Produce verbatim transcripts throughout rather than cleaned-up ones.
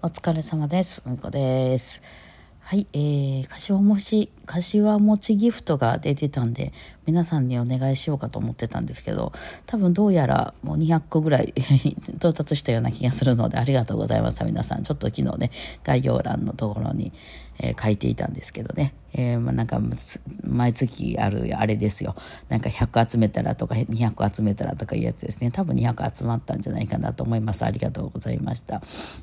お疲れ様です。みこです。はい、えー、柏餅、柏餅ギフトが出てたんで、皆さんにお願いしようかと思ってたんですけど、多分どうやらもうにひゃっこぐらい到達したような気がするので、ありがとうございます。皆さん、ちょっと昨日ね、概要欄のところに、えー、書いていたんですけどね、えー、まあ、なんか毎月あるあれですよ。なんかひゃく集めたらとかにひゃく集めたらとかいうやつですね。多分にひゃく集まったんじゃないかなと思います。ありがとうございました。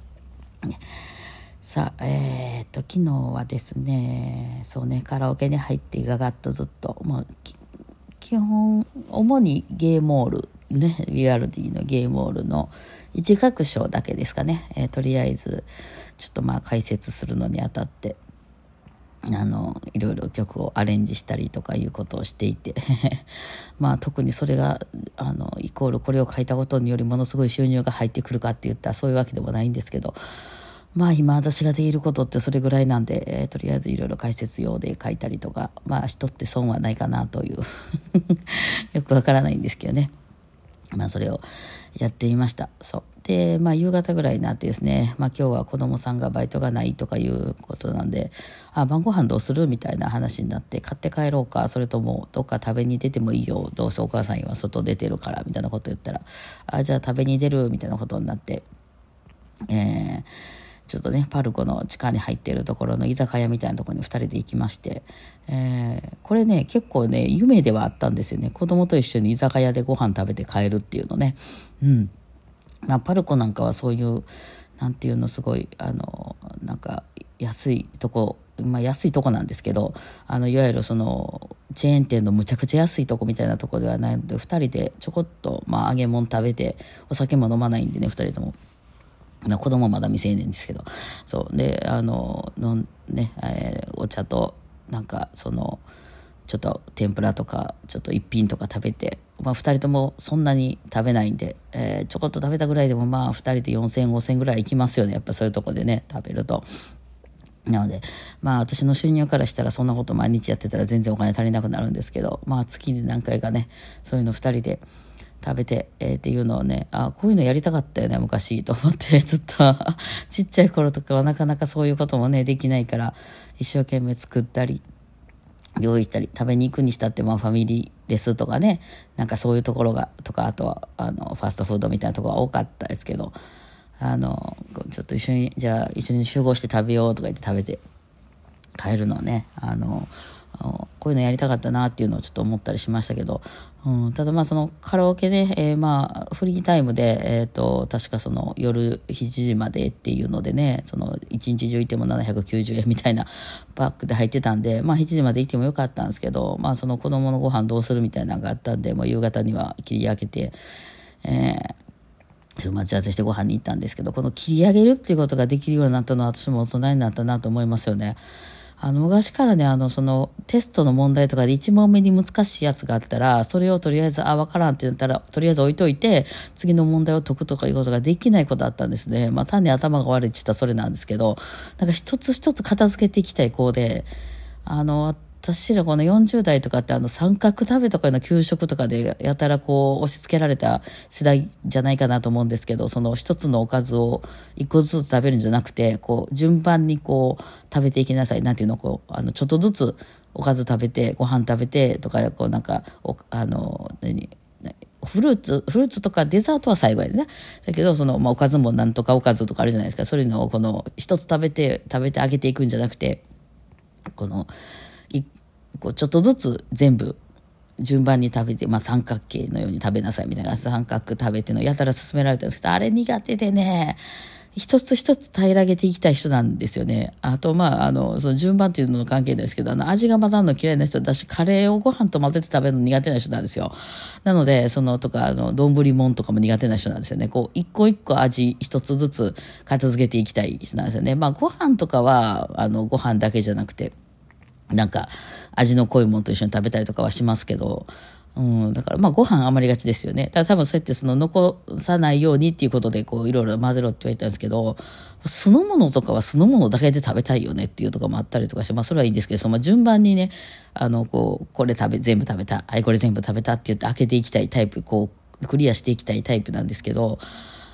さあ、えー、っと昨日はですね、そうね、カラオケに入ってガガッとずっと、まあ、基本主にゲーモールね、ビワルディのゲーモールの一楽章だけですかね、えー、とりあえずちょっとまあ解説するのにあたってあのいろいろ曲をアレンジしたりとかいうことをしていてまあ特にそれがあのイコールこれを書いたことによりものすごい収入が入ってくるかって言ったらそういうわけでもないんですけど、まあ今私ができることってそれぐらいなんで、えー、とりあえずいろいろ解説用で書いたりとか、まあ人って損はないかなというよくわからないんですけどね、まあそれをやってみました。そうで、まあ夕方ぐらいになってですね、まあ今日は子供さんがバイトがないとかいうことなんで、あ、晩ご飯どうするみたいな話になって、買って帰ろうか、それともどっか食べに出てもいいよ、どうせお母さん今外出てるからみたいなこと言ったら、あ、じゃあ食べに出るみたいなことになって、えーちょっとねパルコの地下に入っているところの居酒屋みたいなところにふたりで行きまして、えー、これね結構ね夢ではあったんですよね。子供と一緒に居酒屋でご飯食べて帰るっていうのね。うん。まあ、パルコなんかはそういうなんていうのすごいあのなんか安いとこ、まあ安いとこなんですけど、あのいわゆるそのチェーン店のむちゃくちゃ安いとこみたいなとこではないので、ふたりでちょこっとまあ揚げ物食べて、お酒も飲まないんでねふたりとも。子供まだ未成年ですけど、そうであののね、えー、お茶となんかそのちょっと天ぷらとかちょっと一品とか食べて、まあ、ふたりともそんなに食べないんで、えー、ちょこっと食べたぐらいでもまあふたりでよんせんえんごせんえんぐらいいきますよね、やっぱそういうとこでね食べると。なのでまあ私の収入からしたらそんなこと毎日やってたら全然お金足りなくなるんですけど、まあ月に何回かねそういうのふたりで食べて、えー、っていうのをね、あ、こういうのやりたかったよね昔と思ってずっとちっちゃい頃とかはなかなかそういうこともねできないから、一生懸命作ったり用意したり、食べに行くにしたってまあファミリーレスとかね、なんかそういうところがとか、あとはあのファストフードみたいなところが多かったですけど、あのちょっと一緒にじゃあ一緒に集合して食べようとか言って食べて帰るのをね、あのこういうのやりたかったなっていうのをちょっと思ったりしましたけど、うん、ただまあそのカラオケね、えー、まあフリータイムで、えー、と確かその夜しちじまでっていうのでね、その一日中いてもななひゃくきゅうじゅうえんみたいなパックで入ってたんで、まあしちじまでいてもよかったんですけど、まあその子供のご飯どうするみたいなのがあったんで、もう夕方には切り上げて、えーちょっと待ち合わせしてご飯に行ったんですけど、この切り上げるっていうことができるようになったのは私も大人になったなと思いますよね。あの昔からね、あのそのテストの問題とかでいち問目に難しいやつがあったら、それをとりあえずあ分からんって言ったらとりあえず置いといて次の問題を解くとかいうことができないことだったんですね。まあ単に頭が悪いって言ったらそれなんですけど、なんか一つ一つ片付けていきたい子で、あの私らこのよんじゅう代とかってあの三角食べとかの給食とかでやたらこう押し付けられた世代じゃないかなと思うんですけど、その一つのおかずを一個ずつ食べるんじゃなくて、こう順番にこう食べていきなさい、なんていうの、こうあのちょっとずつおかず食べてご飯食べてとか、こうなんかおあの何フルーツフルーツとかデザートは最後やでね。だけどその、まあ、おかずもなんとかおかずとかあるじゃないですか。そういうのをこの一つ食べて食べてあげていくんじゃなくて、このこうちょっとずつ全部順番に食べて、まあ、三角形のように食べなさいみたいな、三角食べてのやたら勧められたんですけど、あれ苦手でね、一つ一つ平らげていきたい人なんですよね。あとまああのその順番っていうのの関係ですけど、あの味が混ざるの嫌いな人だし、カレーをご飯と混ぜて食べるの苦手な人なんですよ。なのでそのとかあの丼もんとかも苦手な人なんですよね。こう一個一個味一つずつ片付けていきたい人なんですよね。まあご飯とかはあのご飯だけじゃなくて、なんか味の濃いものと一緒に食べたりとかはしますけど、うん、だからまあご飯余りがちですよね。だから多分そうやってその残さないようにっていうことでこういろいろ混ぜろって言われたんですけど、酢の物とかは酢の物だけで食べたいよねっていうとかもあったりとかして、まあそれはいいんですけど、その順番にね、あのこうこれ食べ全部食べた、はいこれ全部食べたって言って開けていきたいタイプ、こうクリアしていきたいタイプなんですけど、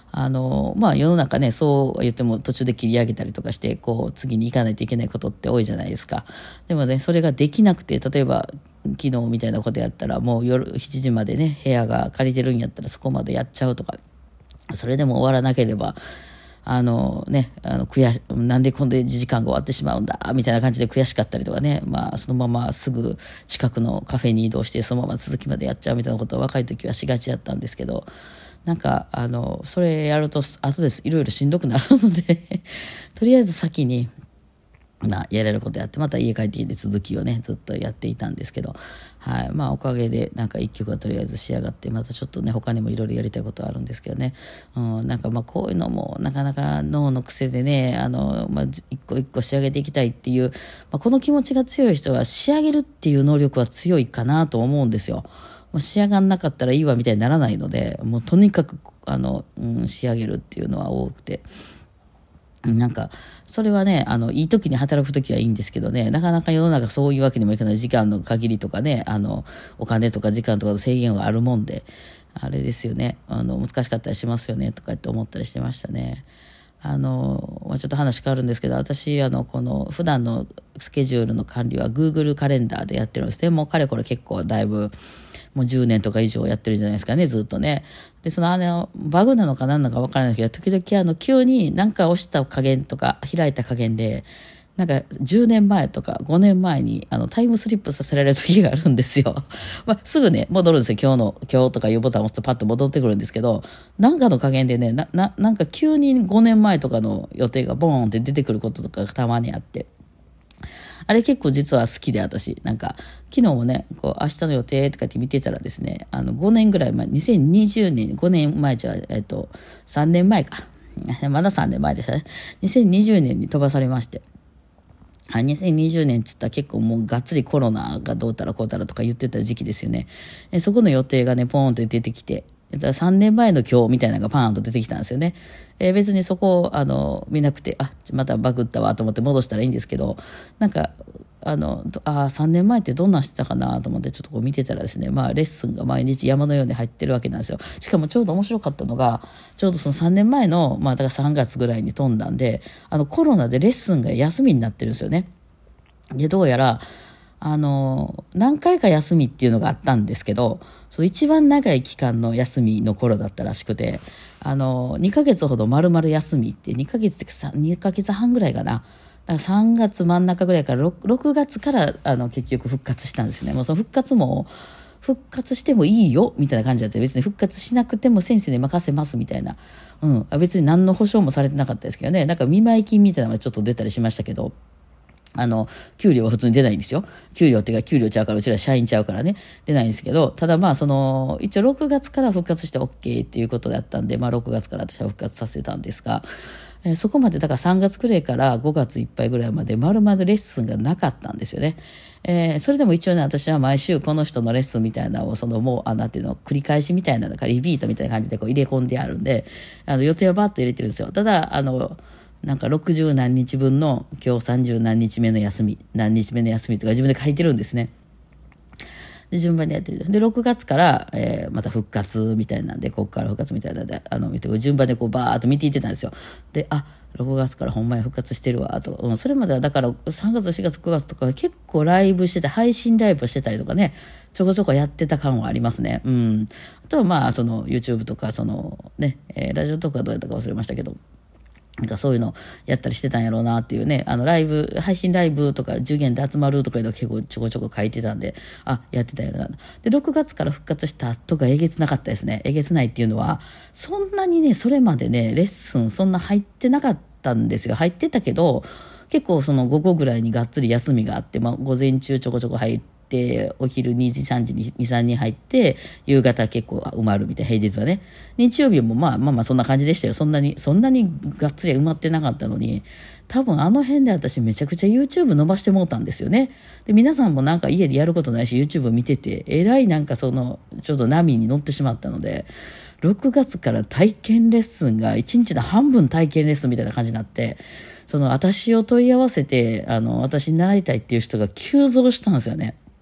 あのまあ世の中ね、そう言っても途中で切り上げたりとかしてこう次に行かないといけないことって多いじゃないですか。でもねそれができなくて、例えば昨日みたいなことやったらもう夜しちじまでね部屋が借りてるんやったらそこまでやっちゃうとか、それでも終わらなければあのね、あの悔しなんでこんな時間が終わってしまうんだみたいな感じで悔しかったりとかね、まあそのまますぐ近くのカフェに移動してそのまま続きまでやっちゃうみたいなことを若い時はしがちだったんですけど、なんかあのそれやると後ですいろいろしんどくなるのでとりあえず先にまあ、やれることやってまた家帰ってきて続きをねずっとやっていたんですけど、はい、まあおかげでなんか一曲はとりあえず仕上がって、またちょっとね他にもいろいろやりたいことはあるんですけどね、うん、なんかまあこういうのもなかなか脳の癖でね、あの、まあ、一個一個仕上げていきたいっていう、まあ、この気持ちが強い人は仕上げるっていう能力は強いかなと思うんですよ。まあ、仕上がんなかったらいいわみたいにならないので、もうとにかくあの、うん、仕上げるっていうのは多くて、なんかそれはねあのいい時に働く時はいいんですけどね、なかなか世の中そういうわけにもいかない、時間の限りとかね、あのお金とか時間とかの制限はあるもんであれですよね、あの難しかったりしますよねとかって思ったりしてましたね。あの、まあ、ちょっと話変わるんですけど、私あのこの普段のスケジュールの管理は Google カレンダーでやってるんですね。もうかれこれ結構だいぶもうじゅうねんとか以上やってるじゃないですかね、ずっとね。でそのあのバグなのか何なのか分からないですけど、時々あの急に何か押した加減とか開いた加減でなんかじゅうねんまえとかごねんまえにあのタイムスリップさせられる時があるんですよ。まあ、すぐね戻るんですよ。今日の今日とかいうボタンを押すとパッと戻ってくるんですけど、なんかの加減でね な, な, なんか急にごねんまえとかの予定がボーンって出てくることとかがたまにあって、あれ結構実は好きで、私なんか昨日もねこう明日の予定とかって見てたらですね、あのごねんぐらい前にせんにじゅうねんごねんまえじゃえっとさんねんまえかまださんねんまえでしたね。にせんにじゅうねんに飛ばされまして、にせんにじゅうねんっつったら結構もうがっつりコロナがどうたらこうたらとか言ってた時期ですよね。えそこの予定がねポーンと出てきて、さんねんまえの今日みたいなのがパーンと出てきたんですよね。えー、別にそこをあの見なくて、あまたバグったわと思って戻したらいいんですけど、なんかあのあさんねんまえってどんなんしてたかなと思ってちょっとこう見てたらですね、まあレッスンが毎日山のように入ってるわけなんですよ。しかもちょうど面白かったのが、ちょうどそのさんねんまえのまあだからさんがつぐらいに飛んだんで、あのコロナでレッスンが休みになってるんですよね。でどうやらあの何回か休みっていうのがあったんですけど、その一番長い期間の休みの頃だったらしくて、あのにかげつほど丸々休みってにかげつってかにかげつはんぐらいかな、だからさんがつ真ん中ぐらいから 6, ろくがつからあの結局復活したんですね。もうその復活も復活してもいいよみたいな感じだった。別に復活しなくても先生に任せますみたいな、うん、別に何の保証もされてなかったですけどね、なんか見舞い金みたいなのがちょっと出たりしましたけど、あの給料は普通に出ないんですよ。給料っていうか給料ちゃうから、うちら社員ちゃうからね出ないんですけど、ただまあその一応ろくがつから復活して OK っていうことだったんで、まあろくがつから私は復活させたんですが、えー、そこまでだからさんがつくらいからごがついっぱいぐらいまで丸々レッスンがなかったんですよね。えー、それでも一応ね私は毎週この人のレッスンみたいなのをそのもうあなんていうの繰り返しみたいなのかリピートみたいな感じでこう入れ込んであるんで、あの予定はバッと入れてるんですよ。ただあのなんかろくじゅう何日分の今日さんじゅう何日目の休み何日目の休みとか自分で書いてるんですね。で順番にやってる。でろくがつから、えー、また復活みたいなんで、ここから復活みたいなんであの見て順番でこうバーッと見ていってたんですよ。であろくがつからほんまに復活してるわと、うん、それまではだからさんがつしがつくがつとか結構ライブしてて配信ライブしてたりとかね、ちょこちょこやってた感はありますね。うん。あとはまあその YouTube とかそのね、えー、ラジオとかどうやったか忘れましたけど、なんかそういうのやったりしてたんやろうなっていうね、あのライブ配信ライブとかじゅうげんで集まるとかいうの結構ちょこちょこ書いてたんで、あやってたんやろな。でろくがつから復活した後がえげつなかったですね。えげつないっていうのはそんなにねそれまでねレッスンそんな入ってなかったんですよ。入ってたけど結構その午後ぐらいにがっつり休みがあって、まあ、午前中ちょこちょこ入ってでお昼にじさんじににさんにん入って夕方結構埋まるみたいな、平日はね。日曜日もまあまあまあそんな感じでしたよ。そんなにそんなにがっつり埋まってなかったのに、多分あの辺で私めちゃくちゃ YouTube 伸ばしてもうたんですよね。で皆さんもなんか家でやることないし YouTube 見ててえらいなんかそのちょっと波に乗ってしまったので、ろくがつから体験レッスンがいちにちの半分体験レッスンみたいな感じになって、その私を問い合わせてあの私に習いたいっていう人が急増したんですよね。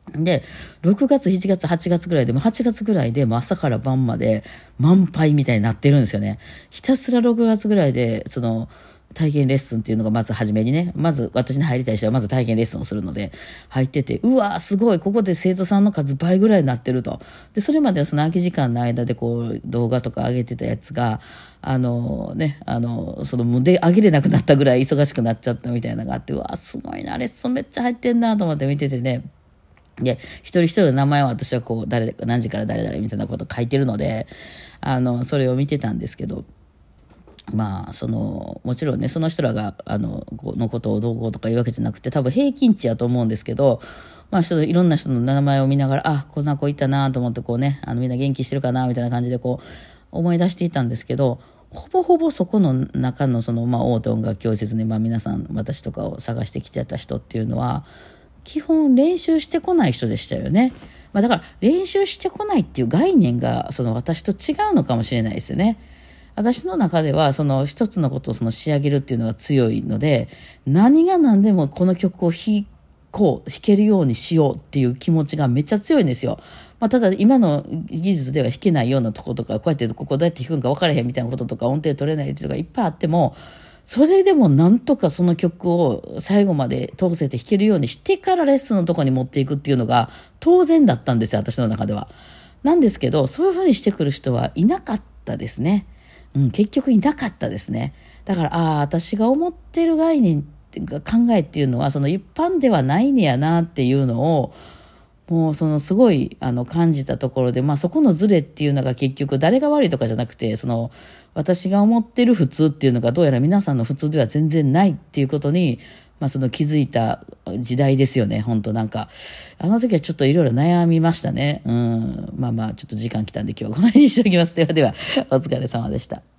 で、ろくがつ、しちがつ、はちがつぐらいでも、はちがつぐらいでもう朝から晩まで満杯みたいになってるんですよね。ひたすらろくがつぐらいで、その、体験レッスンっていうのがまず初めにね、まず私に入りたい人はまず体験レッスンをするので、入ってて、うわーすごい、ここで生徒さんの数倍ぐらいになってると。で、それまではその空き時間の間でこう、動画とか上げてたやつが、あのね、あの、その、で、上げれなくなったぐらい忙しくなっちゃったみたいなのがあって、うわーすごいな、レッスンめっちゃ入ってんなと思って見ててね、で、一人一人の名前を私はこう、誰、何時から誰々みたいなこと書いてるので、あの、それを見てたんですけど、まあ、その、もちろんね、その人らが、あの、のことをどうこうとかいうわけじゃなくて、多分平均値やと思うんですけど、まあ、ちょっといろんな人の名前を見ながら、あ、こんな子いたなと思って、こうね、あの、みんな元気してるかなみたいな感じで、こう、思い出していたんですけど、ほぼほぼそこの中の、その、まあ、大手音楽教室に、まあ、皆さん、私とかを探してきてた人っていうのは、基本練習してこない人でしたよね。まあ、だから、練習してこないっていう概念が、その、私と違うのかもしれないですよね。私の中ではその一つのことをその仕上げるっていうのが強いので、何が何でもこの曲を弾こう、弾けるようにしようっていう気持ちがめっちゃ強いんですよ。まあ、ただ今の技術では弾けないようなとことか、こうやってここどうやって弾くんか分からへんみたいなこととか、音程取れないっていうのがいっぱいあっても、それでもなんとかその曲を最後まで通せて弾けるようにしてからレッスンのとこに持っていくっていうのが当然だったんですよ、私の中では。なんですけど、そういうふうにしてくる人はいなかったですね。うん、結局いなかったですね。だから、ああ、私が思ってる概念っていうか考えっていうのは、その一般ではないねやなっていうのを、もうそのすごいあの感じたところで、まあそこのズレっていうのが結局誰が悪いとかじゃなくて、その私が思ってる普通っていうのがどうやら皆さんの普通では全然ないっていうことに、まあその気づいた時代ですよね。本当なんか、あの時はちょっといろいろ悩みましたね。うん。まあまあちょっと時間来たんで今日はこの辺にしておきます。ではでは、お疲れ様でした。